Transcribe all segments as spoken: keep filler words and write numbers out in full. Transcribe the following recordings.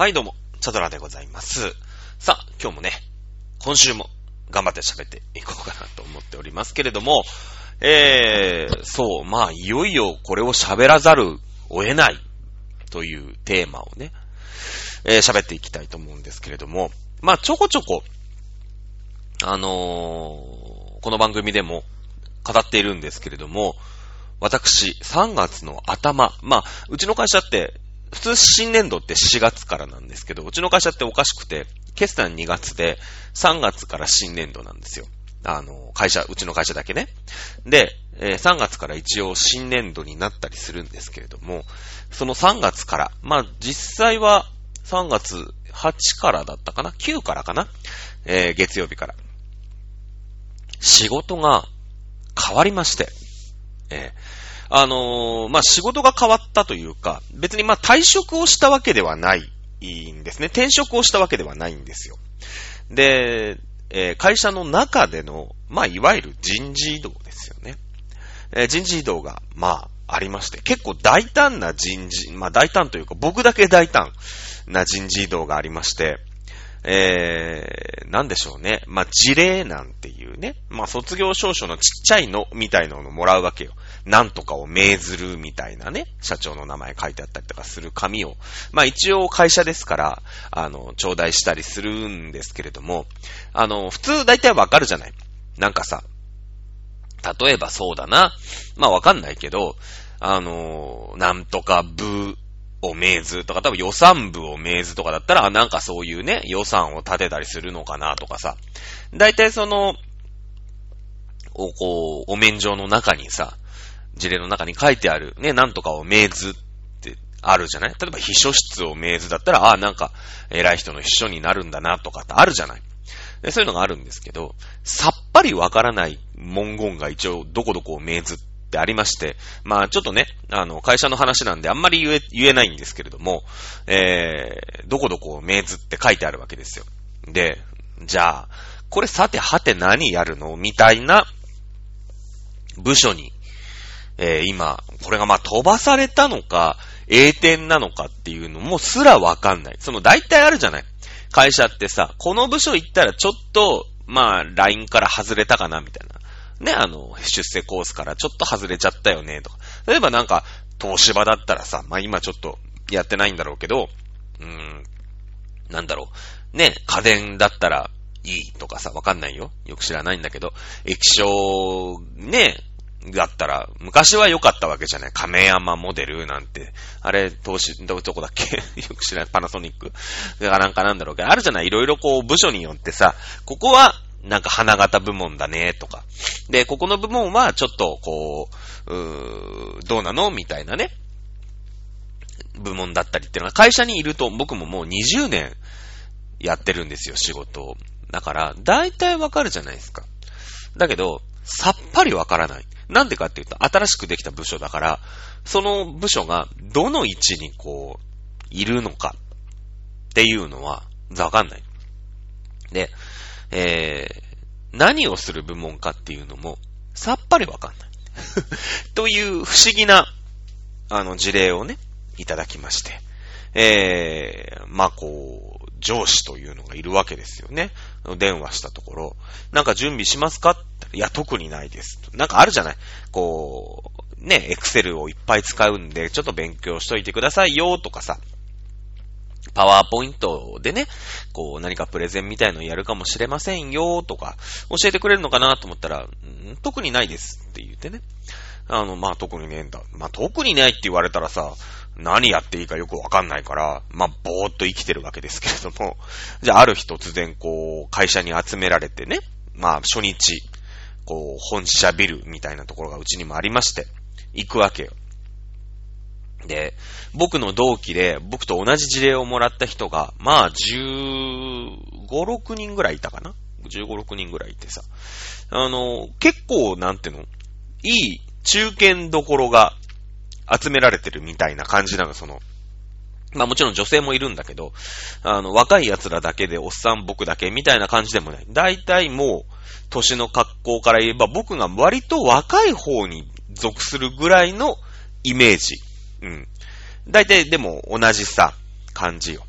はいどうも、チャドラでございます。さあ、今日もね、今週も頑張って喋っていこうかなと思っておりますけれども、えー、そう、まあ、いよいよこれを喋らざるを得ないというテーマをね、えー、喋っていきたいと思うんですけれども、まあ、ちょこちょこ、あのー、この番組でも語っているんですけれども、私、さんがつの頭、まあ、うちの会社って、普通新年度ってしがつからなんですけど、うちの会社っておかしくて、決算にがつでさんがつから新年度なんですよ。あの、会社、うちの会社だけね。で、えー、さんがつから一応新年度になったりするんですけれども、そのさんがつから、まあ実際はさんがつはちからだったかな ?きゅう からかな、えー、月曜日から。仕事が変わりまして、えーあのー、まあ、仕事が変わったというか、別にま、退職をしたわけではないんですね。転職をしたわけではないんですよ。で、えー、会社の中での、まあ、いわゆる人事異動ですよね。えー、人事異動が、まあ、ありまして、結構大胆な人事、まあ、大胆というか、僕だけ大胆な人事異動がありまして、えー、なんでしょうね。まあ、事例なんていうね。まあ、卒業証書のちっちゃいのみたいなのをもらうわけよ。なんとかを命ずるみたいなね。社長の名前書いてあったりとかする紙を。まあ、一応会社ですから、あの、頂戴したりするんですけれども、あの、普通大体わかるじゃない。なんかさ、例えばそうだな。まあ、わかんないけど、あの、なんとか部、を命ずとか、多分予算部を命ずとかだったら、なんかそういうね、予算を立てたりするのかなとかさ。大体その、お、こう、お免状の中にさ、事例の中に書いてある、ね、なんとかを命ずってあるじゃない？例えば秘書室を命ずだったら、ああ、なんか、偉い人の秘書になるんだなとかってあるじゃない？でそういうのがあるんですけど、さっぱりわからない文言が一応、どこどこを命ずって、ってありまして、まあちょっとね、あの、会社の話なんであんまり言え、言えないんですけれども、えー、どこどこを命ずって書いてあるわけですよ。で、じゃあ、これさてはて何やるのみたいな部署に、えー、今、これがまあ飛ばされたのか、栄転なのかっていうのもすらわかんない。その大体あるじゃない。会社ってさ、この部署行ったらちょっと、まあ、ラインから外れたかなみたいな。ね、あの、出世コースからちょっと外れちゃったよね、とか。例えばなんか、東芝だったらさ、まあ今ちょっとやってないんだろうけど、うーん、なんだろう。ね、家電だったらいいとかさ、わかんないよ。よく知らないんだけど、液晶、ね、だったら、昔は良かったわけじゃない。亀山モデルなんて。あれ、投資、ど、どこだっけよく知らない。パナソニック。だからなんかなんだろうけど、あるじゃない。いろいろこう、部署によってさ、ここは、なんか花形部門だねとか。で、ここの部門はちょっとこう、うーどうなのみたいなね。部門だったりっていうのが会社にいると僕ももうにじゅうねんやってるんですよ、仕事を。だから、大体わかるじゃないですか。だけど、さっぱりわからない。なんでかっていうと、新しくできた部署だから、その部署がどの位置にこう、いるのかっていうのは、わかんない。で、えー、何をする部門かっていうのもさっぱりわかんないという不思議なあの事例をねいただきまして、えー、まあこう上司というのがいるわけですよね。電話したところ、なんか準備しますかって、いや特にないです。なんかあるじゃない。こうね、エクセルをいっぱい使うんでちょっと勉強しといてくださいよとかさ。パワーポイントでね、こう何かプレゼンみたいのをやるかもしれませんよとか教えてくれるのかなと思ったら、ん特にないですって言ってね。あの、まあ、特にねえんだ。まあ、特にないって言われたらさ、何やっていいかよくわかんないから、まあ、ぼーっと生きてるわけですけれども、じゃあある日突然こう、会社に集められてね、まあ、初日、こう、本社ビルみたいなところがうちにもありまして、行くわけよ。で、僕の同期で、僕と同じ事例をもらった人が、まあ、じゅうご、ろくにんぐらいいたかな ?じゅうご、ろくにんぐらいいてさ。あの、結構、なんていうのいい中堅どころが集められてるみたいな感じなの、その。まあもちろん女性もいるんだけど、あの、若い奴らだけでおっさん僕だけみたいな感じでもない。だいたいもう、年の格好から言えば、僕が割と若い方に属するぐらいのイメージ。うん。大体でも同じさ、感じよ。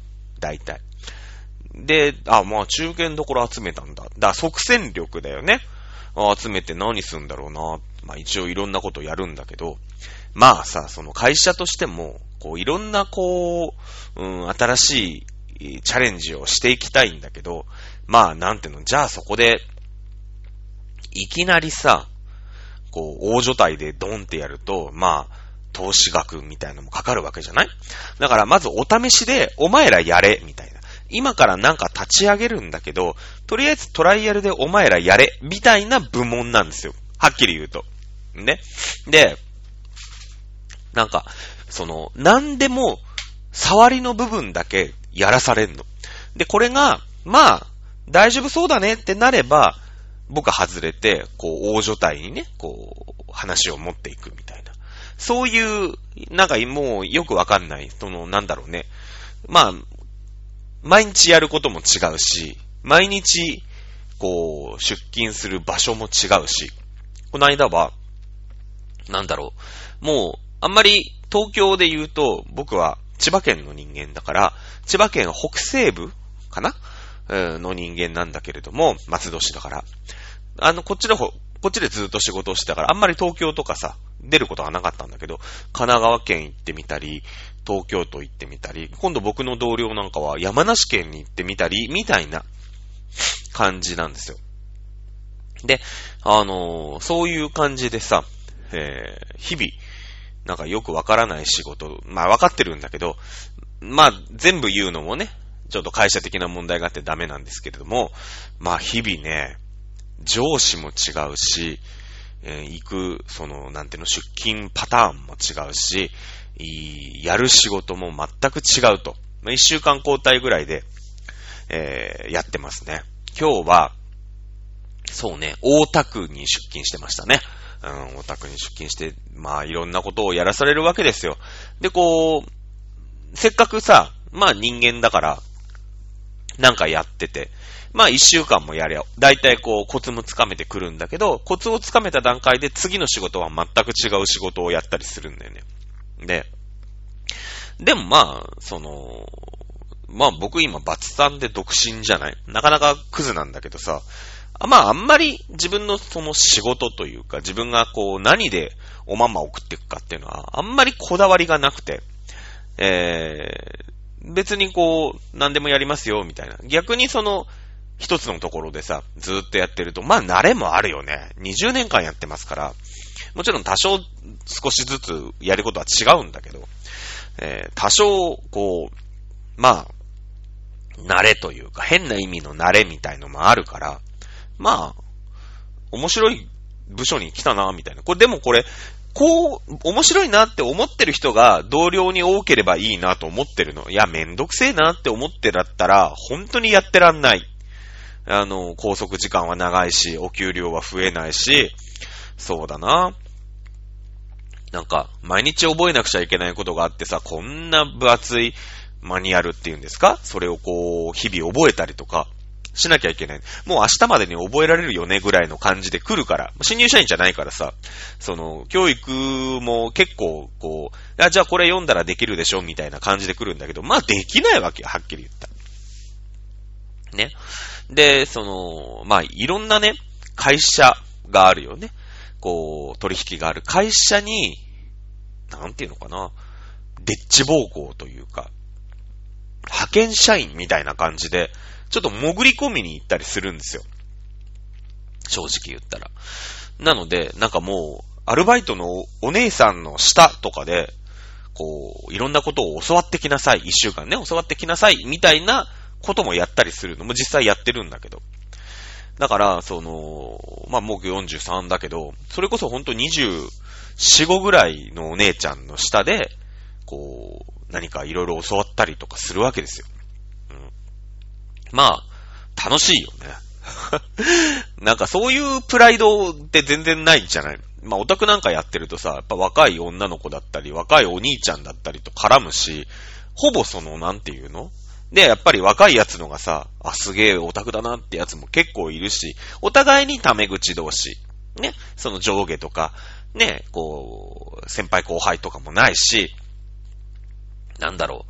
大体。で、あ、まあ中堅どころ集めたんだ。だから即戦力だよね。集めて何するんだろうな。まあ一応いろんなことやるんだけど、まあさ、その会社としても、こういろんなこう、うん、新しいチャレンジをしていきたいんだけど、まあなんていうの、じゃあそこで、いきなりさ、こう大所帯でドンってやると、まあ、投資額みたいなのもかかるわけじゃない？だからまずお試しで、お前らやれ、みたいな。今からなんか立ち上げるんだけど、とりあえずトライアルでお前らやれ、みたいな部門なんですよ。はっきり言うと。ね。で、なんか、その、なんでも、触りの部分だけやらされんの。で、これが、まあ、大丈夫そうだねってなれば、僕は外れて、こう、大所帯にね、こう、話を持っていくみたいな。そういう、なんかもうよくわかんない、その、なんだろうね。まあ、毎日やることも違うし、毎日、こう、出勤する場所も違うし、この間は、なんだろう、もう、あんまり東京で言うと、僕は千葉県の人間だから、千葉県北西部かなの人間なんだけれども、松戸市だから、あの、こっちの方、こっちでずっと仕事をしてたから、あんまり東京とかさ、出ることがなかったんだけど、神奈川県行ってみたり、東京都行ってみたり、今度僕の同僚なんかは山梨県に行ってみたり、みたいな感じなんですよ。で、あのー、そういう感じでさ、えー、日々、なんかよくわからない仕事、まあわかってるんだけど、まあ全部言うのもね、ちょっと会社的な問題があってダメなんですけれども、まあ日々ね、上司も違うし、えー、行く、その、なんていうの、出勤パターンも違うし、やる仕事も全く違うと。まあ、一週間交代ぐらいで、えー、やってますね。今日は、そうね、大田区に出勤してましたね。うん、大田区に出勤して、まあいろんなことをやらされるわけですよ。で、こう、せっかくさ、まあ人間だから、なんかやってて、まあ一週間もやりゃ、だいたいこうコツもつかめてくるんだけど、コツをつかめた段階で次の仕事は全く違う仕事をやったりするんだよね。で、でもまあ、その、まあ僕今バツさんで独身じゃない？なかなかクズなんだけどさ、まああんまり自分のその仕事というか、自分がこう何でおまんま送っていくかっていうのは、あんまりこだわりがなくて、えー、別にこう、何でもやりますよ、みたいな。逆にその、一つのところでさ、ずーっとやってると、まあ慣れもあるよね。にじゅうねんかんやってますから、もちろん多少少しずつやることは違うんだけど、えー、多少、こう、まあ、慣れというか、変な意味の慣れみたいのもあるから、まあ、面白い部署に来たな、みたいな。これでもこれ、こう、面白いなって思ってる人が同僚に多ければいいなと思ってるの。いや、めんどくせえなって思ってだったら、本当にやってらんない。あの、拘束時間は長いし、お給料は増えないし、そうだな。なんか、毎日覚えなくちゃいけないことがあってさ、こんな分厚いマニュアルっていうんですか？それをこう、日々覚えたりとか、しなきゃいけない。もう明日までに覚えられるよねぐらいの感じで来るから。新入社員じゃないからさ、その、教育も結構、こう、あ、じゃあこれ読んだらできるでしょみたいな感じで来るんだけど、まあできないわけよ、はっきり言った。ね。で、その、まあいろんなね、会社があるよね。こう、取引がある会社に、なんていうのかな、デッチ暴行というか、派遣社員みたいな感じで、ちょっと潜り込みに行ったりするんですよ。正直言ったら。なので、なんかもう、アルバイトのお姉さんの下とかで、こう、いろんなことを教わってきなさい。一週間ね、教わってきなさい。みたいなこともやったりするのも実際やってるんだけど。だから、その、まあ、僕よんじゅうさんだけど、それこそほんとにじゅうよん、ごぐらいのお姉ちゃんの下で、こう、何かいろいろ教わったりとかするわけですよ。うん、まあ、楽しいよね。なんかそういうプライドって全然ないんじゃない？まあオタクなんかやってるとさ、やっぱ若い女の子だったり、若いお兄ちゃんだったりと絡むし、ほぼその、なんていうの？で、やっぱり若いやつのがさ、あ、すげえオタクだなってやつも結構いるし、お互いにタメ口同士、ね、その上下とか、ね、こう、先輩後輩とかもないし、なんだろ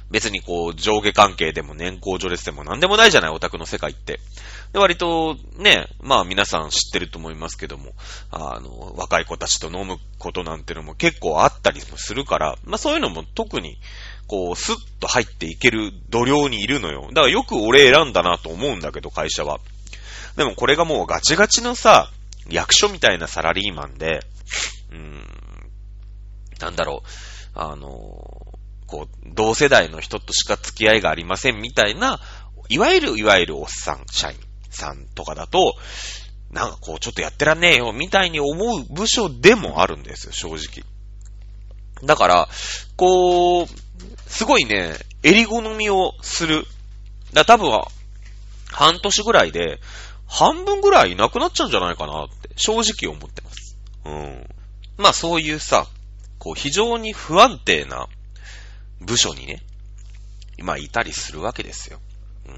別にこう、上下関係でも年功序列でも何でもないじゃない、オタクの世界って。で、割と、ね、まあ皆さん知ってると思いますけども、あの、若い子たちと飲むことなんてのも結構あったりもするから、まあそういうのも特に、こう、スッと入っていける度量にいるのよ。だからよく俺選んだなと思うんだけど、会社は。でもこれがもうガチガチのさ、役所みたいなサラリーマンで、うーん、なんだろう、あの、こう、同世代の人としか付き合いがありませんみたいな、いわゆるいわゆるおっさん、社員さんとかだと、なんかこうちょっとやってらんねえよみたいに思う部署でもあるんですよ、正直。だから、こう、すごいね、襟好みをする。だ多分は、半年ぐらいで、半分ぐらいいなくなっちゃうんじゃないかなって、正直思ってます。うん。まあそういうさ、こう非常に不安定な部署にね、今いたりするわけですよ。うん。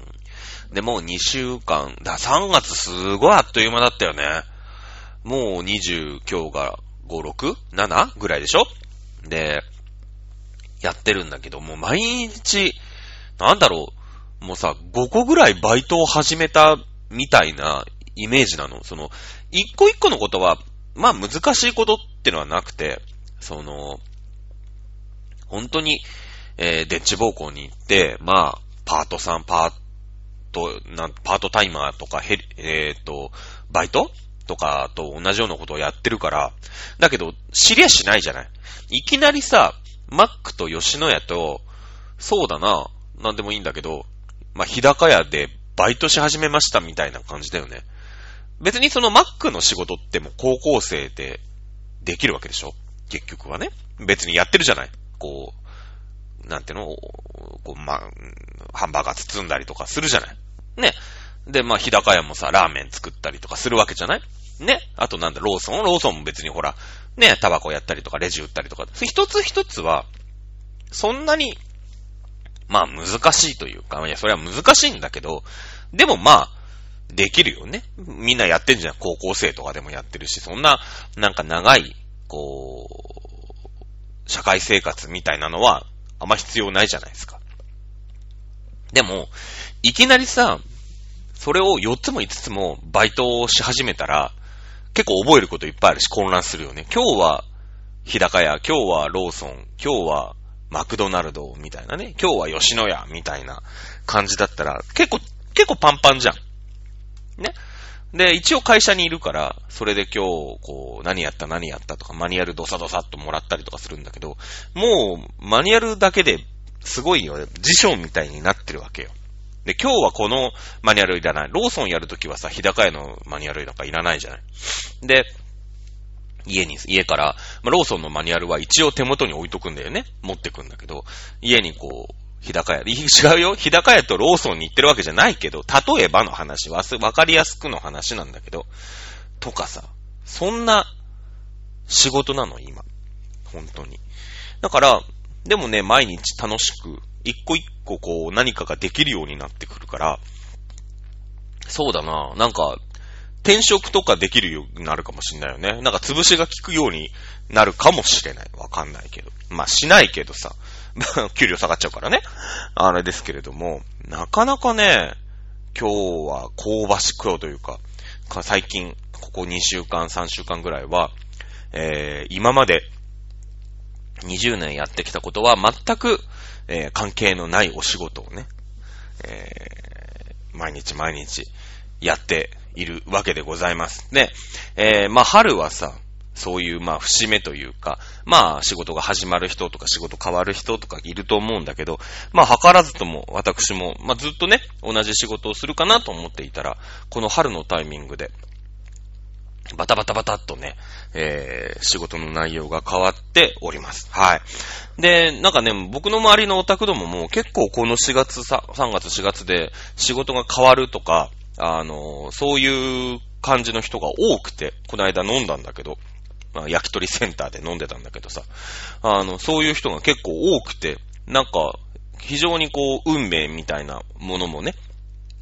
で、もうにしゅうかん、だ、さんがつすごいあっという間だったよね。もうにじゅう、今日がご、ろく、ななぐらいでしょ？で、やってるんだけど、もう毎日、なんだろう、もうさ、ごこぐらいバイトを始めたみたいなイメージなの。その、一個一個のことは、まあ難しいことってのはなくて、その、本当に、えー、デッチ暴行に行って、まあ、パートさん、パート、なん、パートタイマーとか、へ、えっと、バイトとかと同じようなことをやってるから、だけど、知りゃしないじゃない。いきなりさ、マックと吉野家と、そうだな、なんでもいいんだけど、まあ、日高屋でバイトし始めましたみたいな感じだよね。別にそのマックの仕事っても高校生でできるわけでしょ？結局はね。別にやってるじゃない。こう、なんていうの、こう、まあ、ハンバーガー包んだりとかするじゃない。ね。で、まあ、日高屋もさ、ラーメン作ったりとかするわけじゃないね。あとなんだ、ローソンローソンも別にほら、ね、タバコやったりとか、レジ売ったりとか。一つ一つは、そんなに、まあ難しいというか、いや、それは難しいんだけど、でもまあ、できるよね。みんなやってんじゃん。高校生とかでもやってるし、そんな、なんか長い、こう、社会生活みたいなのは、あんま必要ないじゃないですか。でも、いきなりさ、それをよっつもいつつもバイトをし始めたら、結構覚えることいっぱいあるし混乱するよね。今日は日高屋、今日はローソン、今日はマクドナルドみたいなね。今日は吉野家みたいな感じだったら、結構、結構パンパンじゃん。ね。で、一応会社にいるから、それで今日、こう、何やった何やったとか、マニュアルドサドサっともらったりとかするんだけど、もう、マニュアルだけですごいよ、辞書みたいになってるわけよ。で、今日はこのマニュアルいらない。ローソンやるときはさ、日高屋のマニュアルなんかいらないじゃない。で、家に、家から、まあ、ローソンのマニュアルは一応手元に置いとくんだよね。持ってくんだけど、家にこう、日高屋、違うよ。日高屋とローソンに行ってるわけじゃないけど、例えばの話は、わかりやすくの話なんだけど、とかさ、そんな仕事なの、今。本当に。だから、でもね、毎日楽しく、一個一個こう、何かができるようになってくるから、そうだな、なんか、転職とかできるようになるかもしれないよね。なんか潰しが効くようになるかもしれない。わかんないけど。まあしないけどさ。給料下がっちゃうからね。あれですけれども、なかなかね、今日は香ばしくというか、最近、ここにしゅうかん、さんしゅうかんぐらいは、えー、今までにじゅうねんやってきたことは全く、えー、関係のないお仕事をね、えー、毎日毎日やっているわけでございます。で、えー、まあ春はさ、そういうまあ節目というか、まあ仕事が始まる人とか仕事変わる人とかいると思うんだけど、まあ図らずとも私も、まあずっとね、同じ仕事をするかなと思っていたら、この春のタイミングで、バタバタバタっとね、えー、仕事の内容が変わっております。はい。で、なんかね、僕の周りのオタクどもも結構このしがつさ、さんがつしがつで仕事が変わるとか、あの、そういう感じの人が多くて、この間飲んだんだけど、まあ、焼き鳥センターで飲んでたんだけどさ、あの、そういう人が結構多くて、なんか、非常にこう、運命みたいなものもね、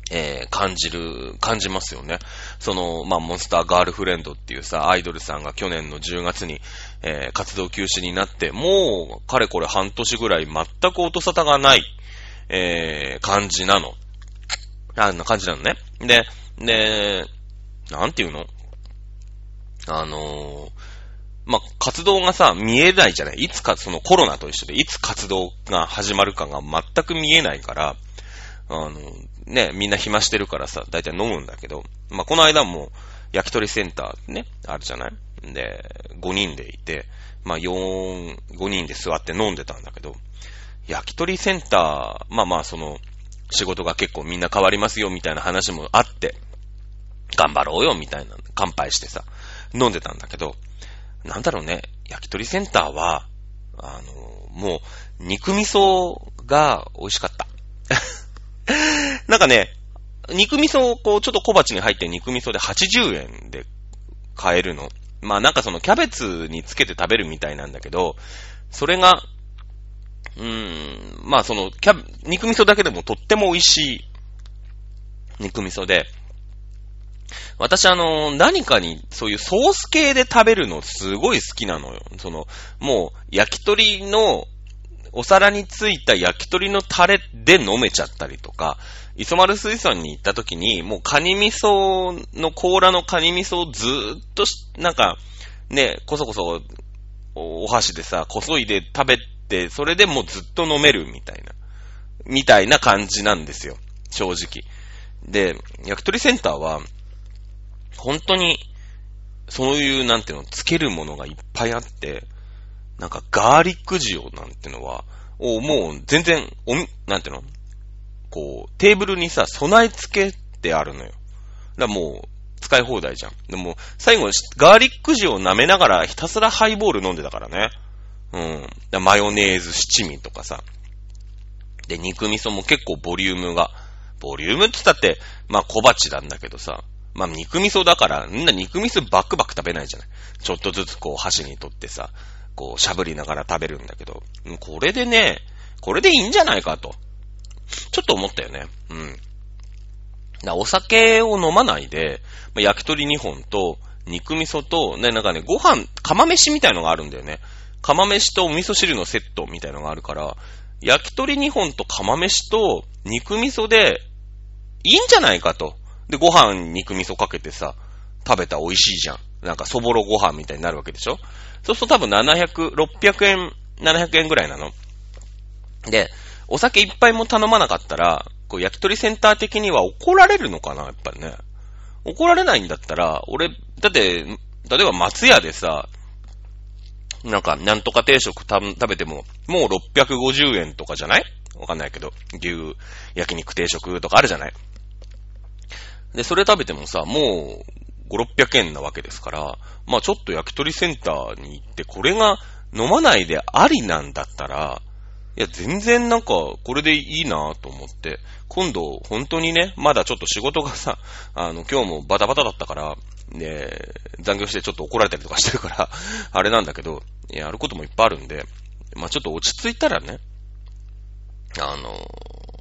えー、感じる、感じますよね。その、まあ、モンスターガールフレンドっていうさ、アイドルさんが去年のじゅうがつに、えー、活動休止になって、もう、かれこれ半年ぐらい全く音沙汰がない、えー、感じなの。あんな感じなのね。で、で、なんていうの？あのー、まあ、活動がさ、見えないじゃない？いつか、そのコロナと一緒で、いつ活動が始まるかが全く見えないから、あの、ね、みんな暇してるからさ、だいたい飲むんだけど、まあ、この間も焼き鳥センターね、あるじゃない？で、ごにんでいて、まあ、よん、ごにんで座って飲んでたんだけど、焼き鳥センター、まあまあ、その、仕事が結構みんな変わりますよみたいな話もあって、頑張ろうよみたいな、乾杯してさ、飲んでたんだけど、なんだろうね、焼き鳥センターは、あの、もう、肉味噌が美味しかった。なんかね、肉味噌をこう、ちょっと小鉢に入って肉味噌ではちじゅうえんで買えるの。まあなんかそのキャベツにつけて食べるみたいなんだけど、それが、うーん、まあその、キャ肉味噌だけでもとっても美味しい肉味噌で、私あの、何かにそういうソース系で食べるのすごい好きなのよ。その、もう焼き鳥のお皿についた焼き鳥のタレで飲めちゃったりとか、磯丸水産に行った時に、もうカニ味噌の甲羅のカニ味噌をずーっとなんか、ね、こそこそお箸でさ、こそいで食べて、それでもうずっと飲めるみたいな、みたいな感じなんですよ。正直。で、焼き鳥センターは、本当に、そういう、なんていうの、つけるものがいっぱいあって、なんかガーリック塩なんてのは、おもう全然、おみ、なんていうのこう、テーブルにさ、備え付けてあるのよ。だからもう、使い放題じゃん。でも、最後、ガーリック塩を舐めながらひたすらハイボール飲んでたからね。うん。だマヨネーズ七味とかさ。で、肉味噌も結構ボリュームが、ボリュームって言ったって、まあ小鉢なんだけどさ、まあ肉味噌だから、みんな肉味噌バクバク食べないじゃない。ちょっとずつこう箸に取ってさ、こうしゃぶりながら食べるんだけど、これでね、これでいいんじゃないかと。ちょっと思ったよね。うん。だお酒を飲まないで、焼き鳥にほんと、肉味噌と、ね、なんかね、ご飯、釜飯みたいのがあるんだよね。釜飯とお味噌汁のセットみたいのがあるから、焼き鳥にほんと釜飯と肉味噌で、いいんじゃないかと。で、ご飯肉味噌かけてさ、食べたら美味しいじゃん。なんかそぼろご飯みたいになるわけでしょ？そうすると多分ななひゃく、ろっぴゃくえん、ななひゃくえんぐらいなの。で、お酒いっぱいも頼まなかったら、こう焼き鳥センター的には怒られるのかなやっぱりね。怒られないんだったら、俺、だって、例えば松屋でさ、なんか、なんとか定食た食べても、もうろっぴゃくごじゅうえんとかじゃない？わかんないけど、牛焼肉定食とかあるじゃない？で、それ食べてもさ、もう、ご、ろっぴゃくえんなわけですから、まあちょっと焼き鳥センターに行って、これが飲まないでありなんだったら、いや、全然なんか、これでいいなと思って、今度、本当にね、まだちょっと仕事がさ、あの、今日もバタバタだったから、ね、残業してちょっと怒られたりとかしてるから、あれなんだけど、やることもいっぱいあるんで、まあちょっと落ち着いたらね、あのー、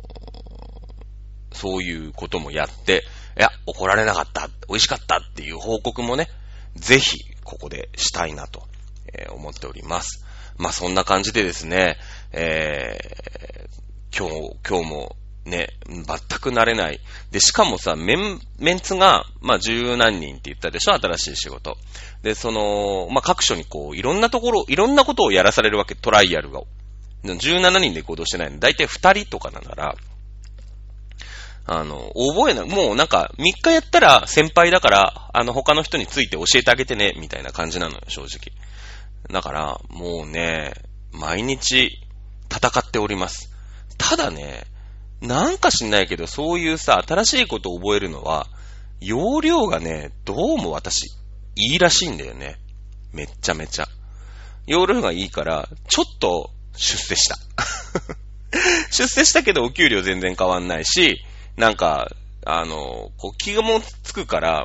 そういうこともやって、いや、怒られなかった、美味しかったっていう報告もね、ぜひ、ここでしたいなと、えー、思っております。まあそんな感じでですね、えー、今日、今日もね、全く慣れない。で、しかもさ、メン、メンツが、まあ十何人って言ったでしょ、新しい仕事。で、その、まあ各所にこう、いろんなところ、いろんなことをやらされるわけ、トライアルが。じゅうななにんで行動してないの。だいたいふたりとかだから、あの、覚えない。もうなんか、みっかやったら先輩だから、あの、他の人について教えてあげてね、みたいな感じなのよ、正直。だから、もうね、毎日戦っております。ただね、なんか知んないけど、そういうさ、新しいことを覚えるのは、容量がね、どうも私、いいらしいんだよね。めっちゃめちゃ。容量がいいから、ちょっと出世した。出世したけど、お給料全然変わんないし、なんか、あの、こう気がもつくから、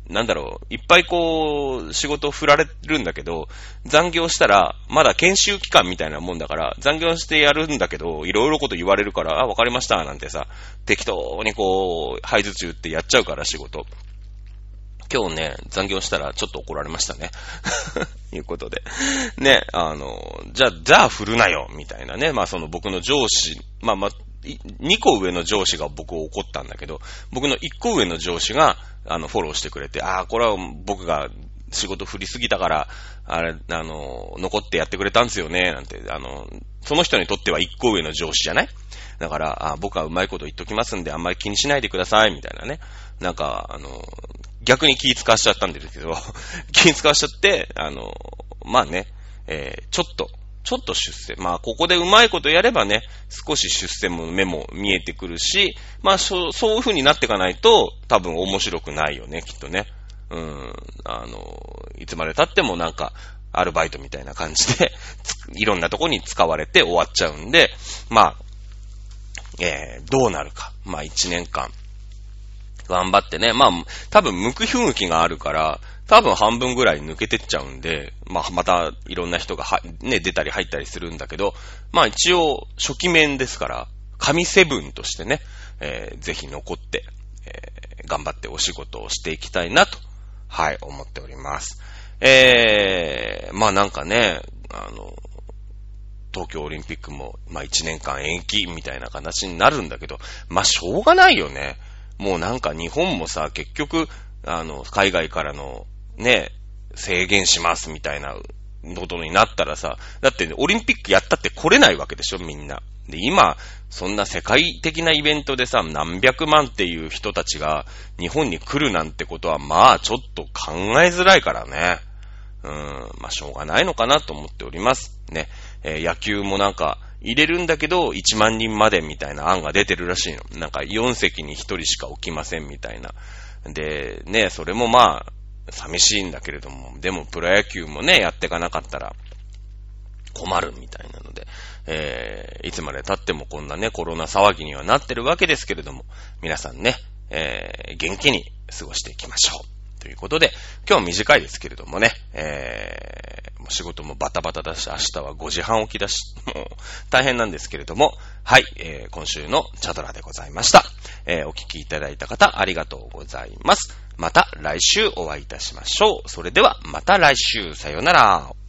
なんだろう、いっぱいこう、仕事を振られるんだけど、残業したら、まだ研修期間みたいなもんだから、残業してやるんだけど、いろいろこと言われるから、あ、わかりました、なんてさ、適当にこう、配図中ってやっちゃうから仕事。今日ね、残業したらちょっと怒られましたね。いうことで。ね、あの、じゃあ、じゃあ振るなよ、みたいなね。まあその僕の上司、まあまあ、にこ上の上司が僕を怒ったんだけど、僕のいっこ上の上司が、あの、フォローしてくれて、ああ、これは僕が仕事振りすぎたから、あれ、あの、残ってやってくれたんですよね、なんて、あの、その人にとってはいっこ上の上司じゃない？だから、あ、僕はうまいこと言っときますんで、あんまり気にしないでください、みたいなね。なんか、あの、逆に気使わしちゃったんですけど、気使わしちゃって、あの、まあね、えー、ちょっと、ちょっと出世。まあ、ここでうまいことやればね、少し出世も目も見えてくるし、まあ、そう、そういう風になっていかないと、多分面白くないよね、きっとね。うん、あの、いつまで経ってもなんか、アルバイトみたいな感じで、いろんなとこに使われて終わっちゃうんで、まあ、えー、どうなるか。まあ、一年間。頑張ってね。まあ、多分、向く不向きがあるから、多分半分ぐらい抜けてっちゃうんで、まあ、またいろんな人がは、ね、出たり入ったりするんだけど、まあ一応、初期面ですから、神セブンとしてね、えー、ぜひ残って、えー、頑張ってお仕事をしていきたいなと、はい、思っております。えー、まあなんかね、あの、東京オリンピックも、まあ一年間延期みたいな形になるんだけど、まあしょうがないよね。もうなんか日本もさ、結局、あの、海外からの、ね、制限しますみたいなことになったらさ、だって、ね、オリンピックやったって来れないわけでしょ、みんな。で、今、そんな世界的なイベントでさ、何百万っていう人たちが日本に来るなんてことは、まあ、ちょっと考えづらいからね。うーん、まあ、しょうがないのかなと思っております。ね。えー、野球もなんか、入れるんだけど、いちまんにんまでみたいな案が出てるらしいの。なんか、よん席にひとりしか置きませんみたいな。で、ね、それもまあ、寂しいんだけれども、でもプロ野球もね、やっていかなかったら困るみたいなので、えー、いつまで経ってもこんなね、コロナ騒ぎにはなってるわけですけれども、皆さんね、えー、元気に過ごしていきましょう。ということで、今日短いですけれどもね、えー、もう仕事もバタバタだし、明日はごじはん起きだし、もう大変なんですけれども、はい、えー、今週のチャドラでございました。えー、お聞きいただいた方、ありがとうございます。また来週お会いいたしましょう。それではまた来週、さようなら。